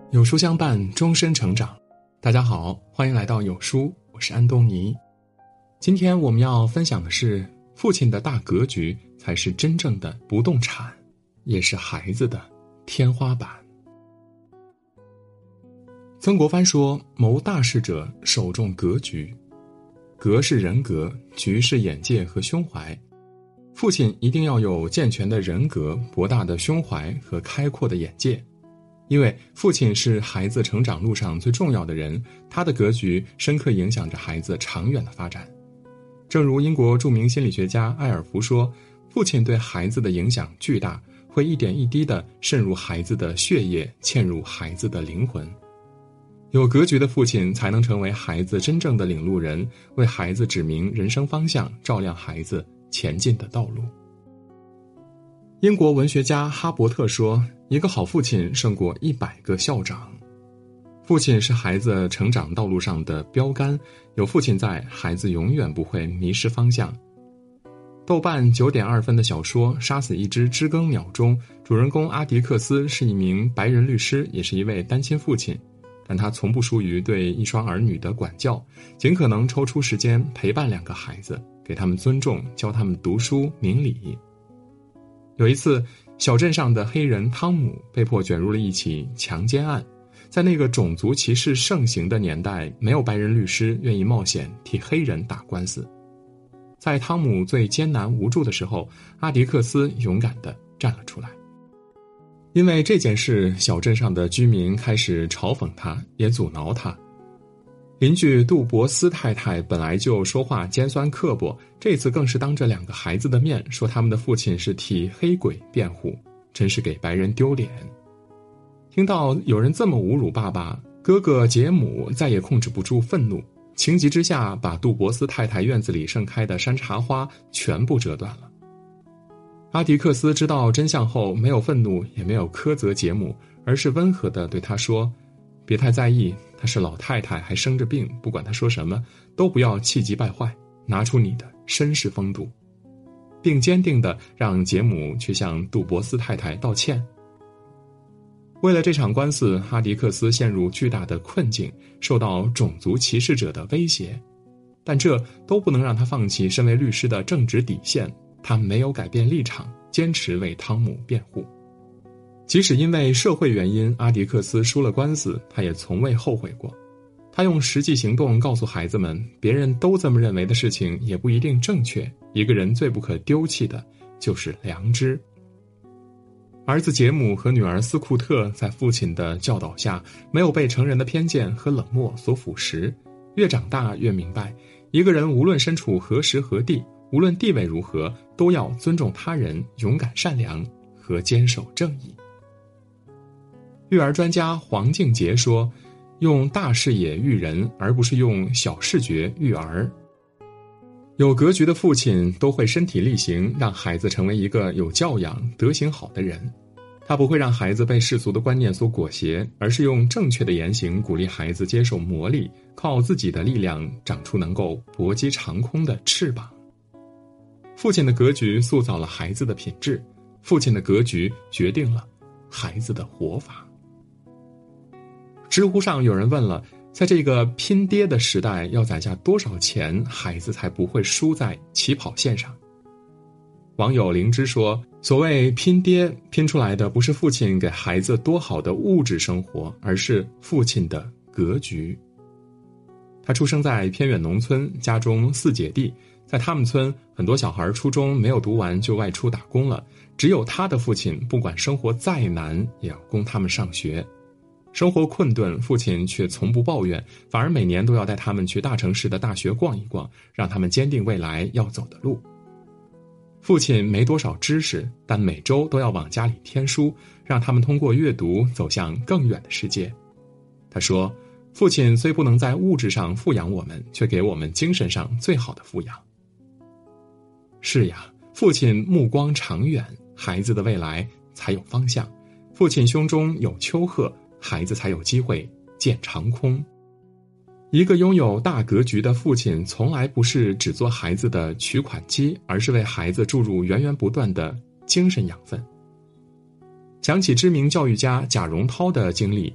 有书相伴，终身成长。大家好，欢迎来到有书，我是安东尼。今天我们要分享的是，父亲的大格局才是真正的不动产，也是孩子的天花板。曾国藩说，谋大事者首重格局，格是人格，局是眼界和胸怀。父亲一定要有健全的人格、博大的胸怀和开阔的眼界，因为父亲是孩子成长路上最重要的人，他的格局深刻影响着孩子长远的发展。正如英国著名心理学家埃尔福说，父亲对孩子的影响巨大，会一点一滴地渗入孩子的血液，嵌入孩子的灵魂。有格局的父亲才能成为孩子真正的领路人，为孩子指明人生方向，照亮孩子前进的道路。英国文学家哈伯特说，一个好父亲胜过100个校长。父亲是孩子成长道路上的标杆，有父亲在，孩子永远不会迷失方向。豆瓣9.2分的小说《杀死一只知更鸟》中，主人公阿迪克斯是一名白人律师，也是一位单亲父亲，但他从不疏于对一双儿女的管教，尽可能抽出时间陪伴2个孩子，给他们尊重，教他们读书明理。有一次，小镇上的黑人汤姆被迫卷入了一起强奸案。在那个种族歧视盛行的年代，没有白人律师愿意冒险替黑人打官司。在汤姆最艰难无助的时候，阿迪克斯勇敢地站了出来。因为这件事，小镇上的居民开始嘲讽他，也阻挠他。邻居杜博斯太太本来就说话尖酸刻薄，这次更是当着2个孩子的面说他们的父亲是替黑鬼辩护，真是给白人丢脸。听到有人这么侮辱爸爸，哥哥杰姆再也控制不住愤怒，情急之下把杜博斯太太院子里盛开的山茶花全部折断了。阿迪克斯知道真相后，没有愤怒，也没有苛责杰姆，而是温和地对他说，别太在意，她是老太太，还生着病，不管她说什么，都不要气急败坏，拿出你的绅士风度，并坚定地让杰姆去向杜博斯太太道歉。为了这场官司，阿迪克斯陷入巨大的困境，受到种族歧视者的威胁，但这都不能让他放弃身为律师的正直底线，他没有改变立场，坚持为汤姆辩护。即使因为社会原因，阿迪克斯输了官司，他也从未后悔过。他用实际行动告诉孩子们，别人都这么认为的事情也不一定正确，一个人最不可丢弃的就是良知。儿子杰姆和女儿斯库特在父亲的教导下，没有被成人的偏见和冷漠所腐蚀，越长大越明白，一个人无论身处何时何地，无论地位如何，都要尊重他人，勇敢善良和坚守正义。育儿专家黄敬杰说，用大视野育人，而不是用小视觉育儿。有格局的父亲都会身体力行，让孩子成为一个有教养、德行好的人。他不会让孩子被世俗的观念所裹挟，而是用正确的言行鼓励孩子接受磨砺，靠自己的力量长出能够搏击长空的翅膀。父亲的格局塑造了孩子的品质，父亲的格局决定了孩子的活法。知乎上有人问了，在这个拼爹的时代，要攒下多少钱，孩子才不会输在起跑线上？网友灵芝说，所谓拼爹，拼出来的不是父亲给孩子多好的物质生活，而是父亲的格局。他出生在偏远农村，家中4姐弟，在他们村，很多小孩初中没有读完就外出打工了，只有他的父亲不管生活再难，也要供他们上学。生活困顿，父亲却从不抱怨，反而每年都要带他们去大城市的大学逛一逛，让他们坚定未来要走的路。父亲没多少知识，但每周都要往家里添书，让他们通过阅读走向更远的世界。他说，父亲虽不能在物质上富养我们，却给我们精神上最好的富养。是呀，父亲目光长远，孩子的未来才有方向。父亲胸中有丘壑，孩子才有机会见长空。一个拥有大格局的父亲，从来不是只做孩子的取款机，而是为孩子注入源源不断的精神养分。想起知名教育家贾荣涛的经历，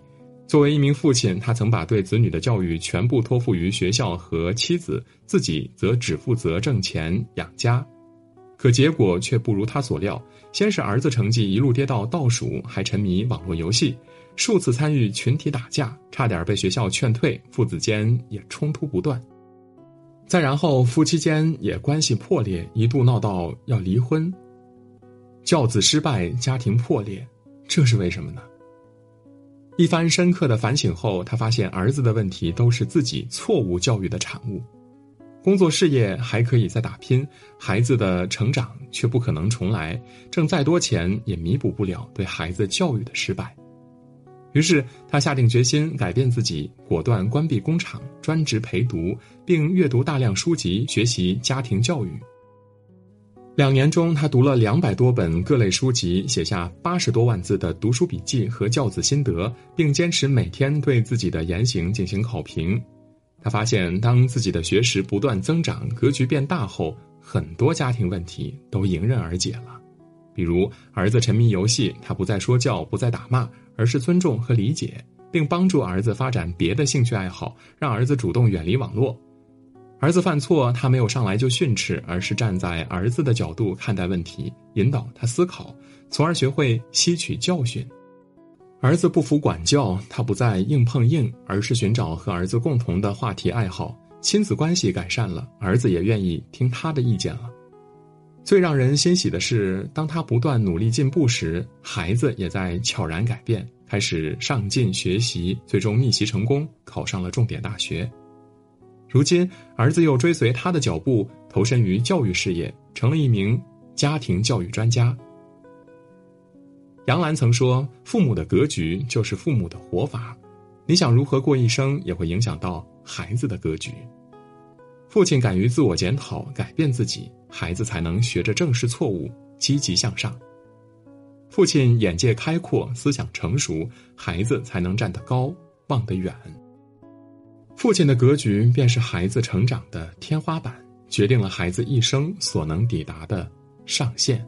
作为一名父亲，他曾把对子女的教育全部托付于学校和妻子，自己则只负责挣钱养家。可结果却不如他所料，先是儿子成绩一路跌到倒数，还沉迷网络游戏，数次参与群体打架，差点被学校劝退，父子间也冲突不断。再然后夫妻间也关系破裂，一度闹到要离婚。教子失败，家庭破裂，这是为什么呢？一番深刻的反省后，他发现儿子的问题都是自己错误教育的产物。工作事业还可以再打拼，孩子的成长却不可能重来，挣再多钱也弥补不了对孩子教育的失败。于是他下定决心改变自己，果断关闭工厂，专职陪读，并阅读大量书籍，学习家庭教育。2年中，他读了200多本各类书籍，写下80多万字的读书笔记和教子心得，并坚持每天对自己的言行进行考评。他发现，当自己的学识不断增长，格局变大后，很多家庭问题都迎刃而解了。比如，儿子沉迷游戏，他不再说教，不再打骂，而是尊重和理解，并帮助儿子发展别的兴趣爱好，让儿子主动远离网络。儿子犯错，他没有上来就训斥，而是站在儿子的角度看待问题，引导他思考，从而学会吸取教训。儿子不服管教，他不再硬碰硬，而是寻找和儿子共同的话题爱好，亲子关系改善了，儿子也愿意听他的意见了。最让人欣喜的是，当他不断努力进步时，孩子也在悄然改变，开始上进学习，最终逆袭成功，考上了重点大学。如今，儿子又追随他的脚步，投身于教育事业，成了一名家庭教育专家。杨澜曾说，父母的格局就是父母的活法，你想如何过一生，也会影响到孩子的格局。父亲敢于自我检讨，改变自己，孩子才能学着正视错误，积极向上。父亲眼界开阔，思想成熟，孩子才能站得高，望得远。父亲的格局便是孩子成长的天花板，决定了孩子一生所能抵达的上限。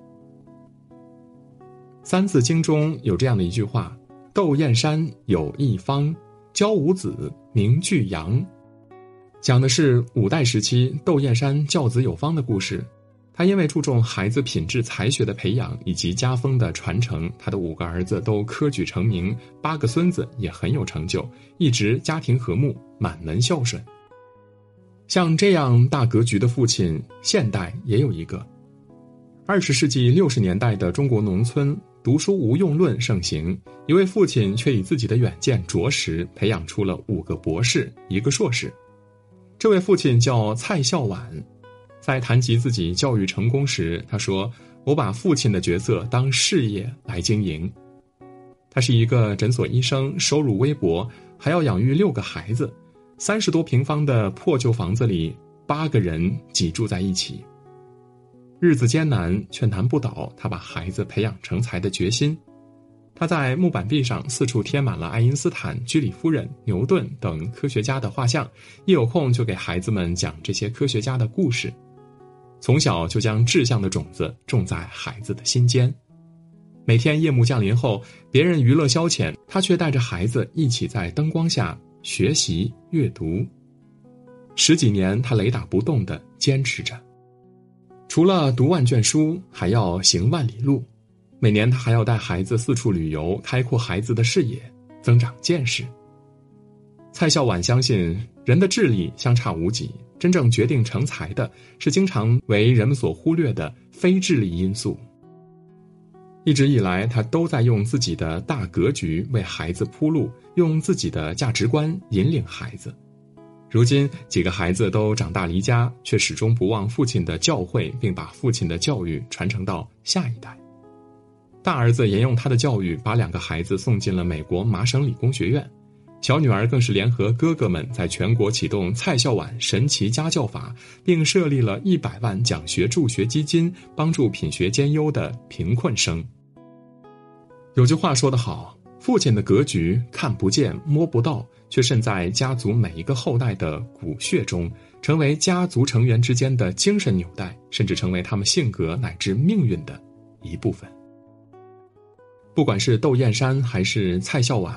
三字经中有这样的一句话：窦燕山有一方，教五子名俱扬。讲的是五代时期窦燕山教子有方的故事。他因为注重孩子品质才学的培养以及家风的传承，他的5个儿子都科举成名，8个孙子也很有成就，一直家庭和睦，满门孝顺。像这样大格局的父亲，现代也有一个。20世纪60年代的中国农村，读书无用论盛行，一位父亲却以自己的远见卓识，培养出了5个博士，1个硕士。这位父亲叫蔡孝琬。在谈及自己教育成功时，他说：“我把父亲的角色当事业来经营。”他是一个诊所医生，收入微薄，还要养育6个孩子，30多平方的破旧房子里，8个人挤住在一起。日子艰难，却难不倒他把孩子培养成才的决心。他在木板壁上四处贴满了爱因斯坦、居里夫人、牛顿等科学家的画像，一有空就给孩子们讲这些科学家的故事。从小就将志向的种子种在孩子的心间。每天夜幕降临后，别人娱乐消遣，他却带着孩子一起在灯光下学习阅读。10几年，他雷打不动地坚持着。除了读万卷书，还要行万里路。每年他还要带孩子四处旅游，开阔孩子的视野，增长见识。蔡孝琬相信，人的智力相差无几，真正决定成才的是经常为人们所忽略的非智力因素。一直以来，他都在用自己的大格局为孩子铺路，用自己的价值观引领孩子。如今几个孩子都长大离家，却始终不忘父亲的教诲，并把父亲的教育传承到下一代。大儿子沿用他的教育，把2个孩子送进了美国麻省理工学院。小女儿更是联合哥哥们在全国启动蔡孝琬神奇家教法，并设立了100万奖学助学基金，帮助品学兼优的贫困生。有句话说得好，父亲的格局看不见摸不到，却渗在家族每一个后代的骨血中，成为家族成员之间的精神纽带，甚至成为他们性格乃至命运的一部分。不管是窦燕山还是蔡孝琬，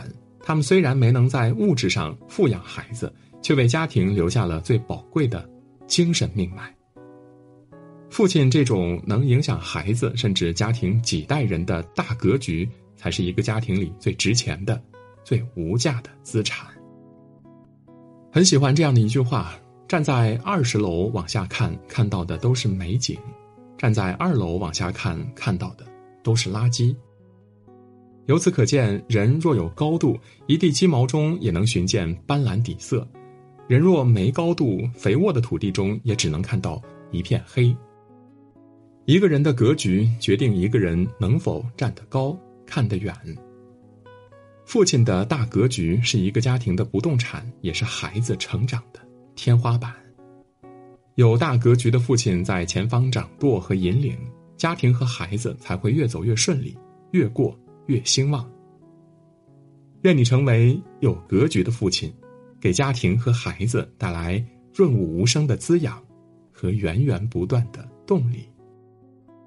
他们虽然没能在物质上富养孩子，却为家庭留下了最宝贵的精神命脉。父亲这种能影响孩子甚至家庭几代人的大格局，才是一个家庭里最值钱的、最无价的资产。很喜欢这样的一句话：站在20楼往下看，看到的都是美景；站在2楼往下看，看到的都是垃圾。由此可见，人若有高度，一地鸡毛中也能寻见斑斓底色；人若没高度，肥沃的土地中也只能看到一片黑。一个人的格局决定一个人能否站得高、看得远。父亲的大格局是一个家庭的不动产，也是孩子成长的天花板。有大格局的父亲在前方掌舵和引领，家庭和孩子才会越走越顺利，越过越兴旺。愿你成为有格局的父亲，给家庭和孩子带来润物无声的滋养和源源不断的动力。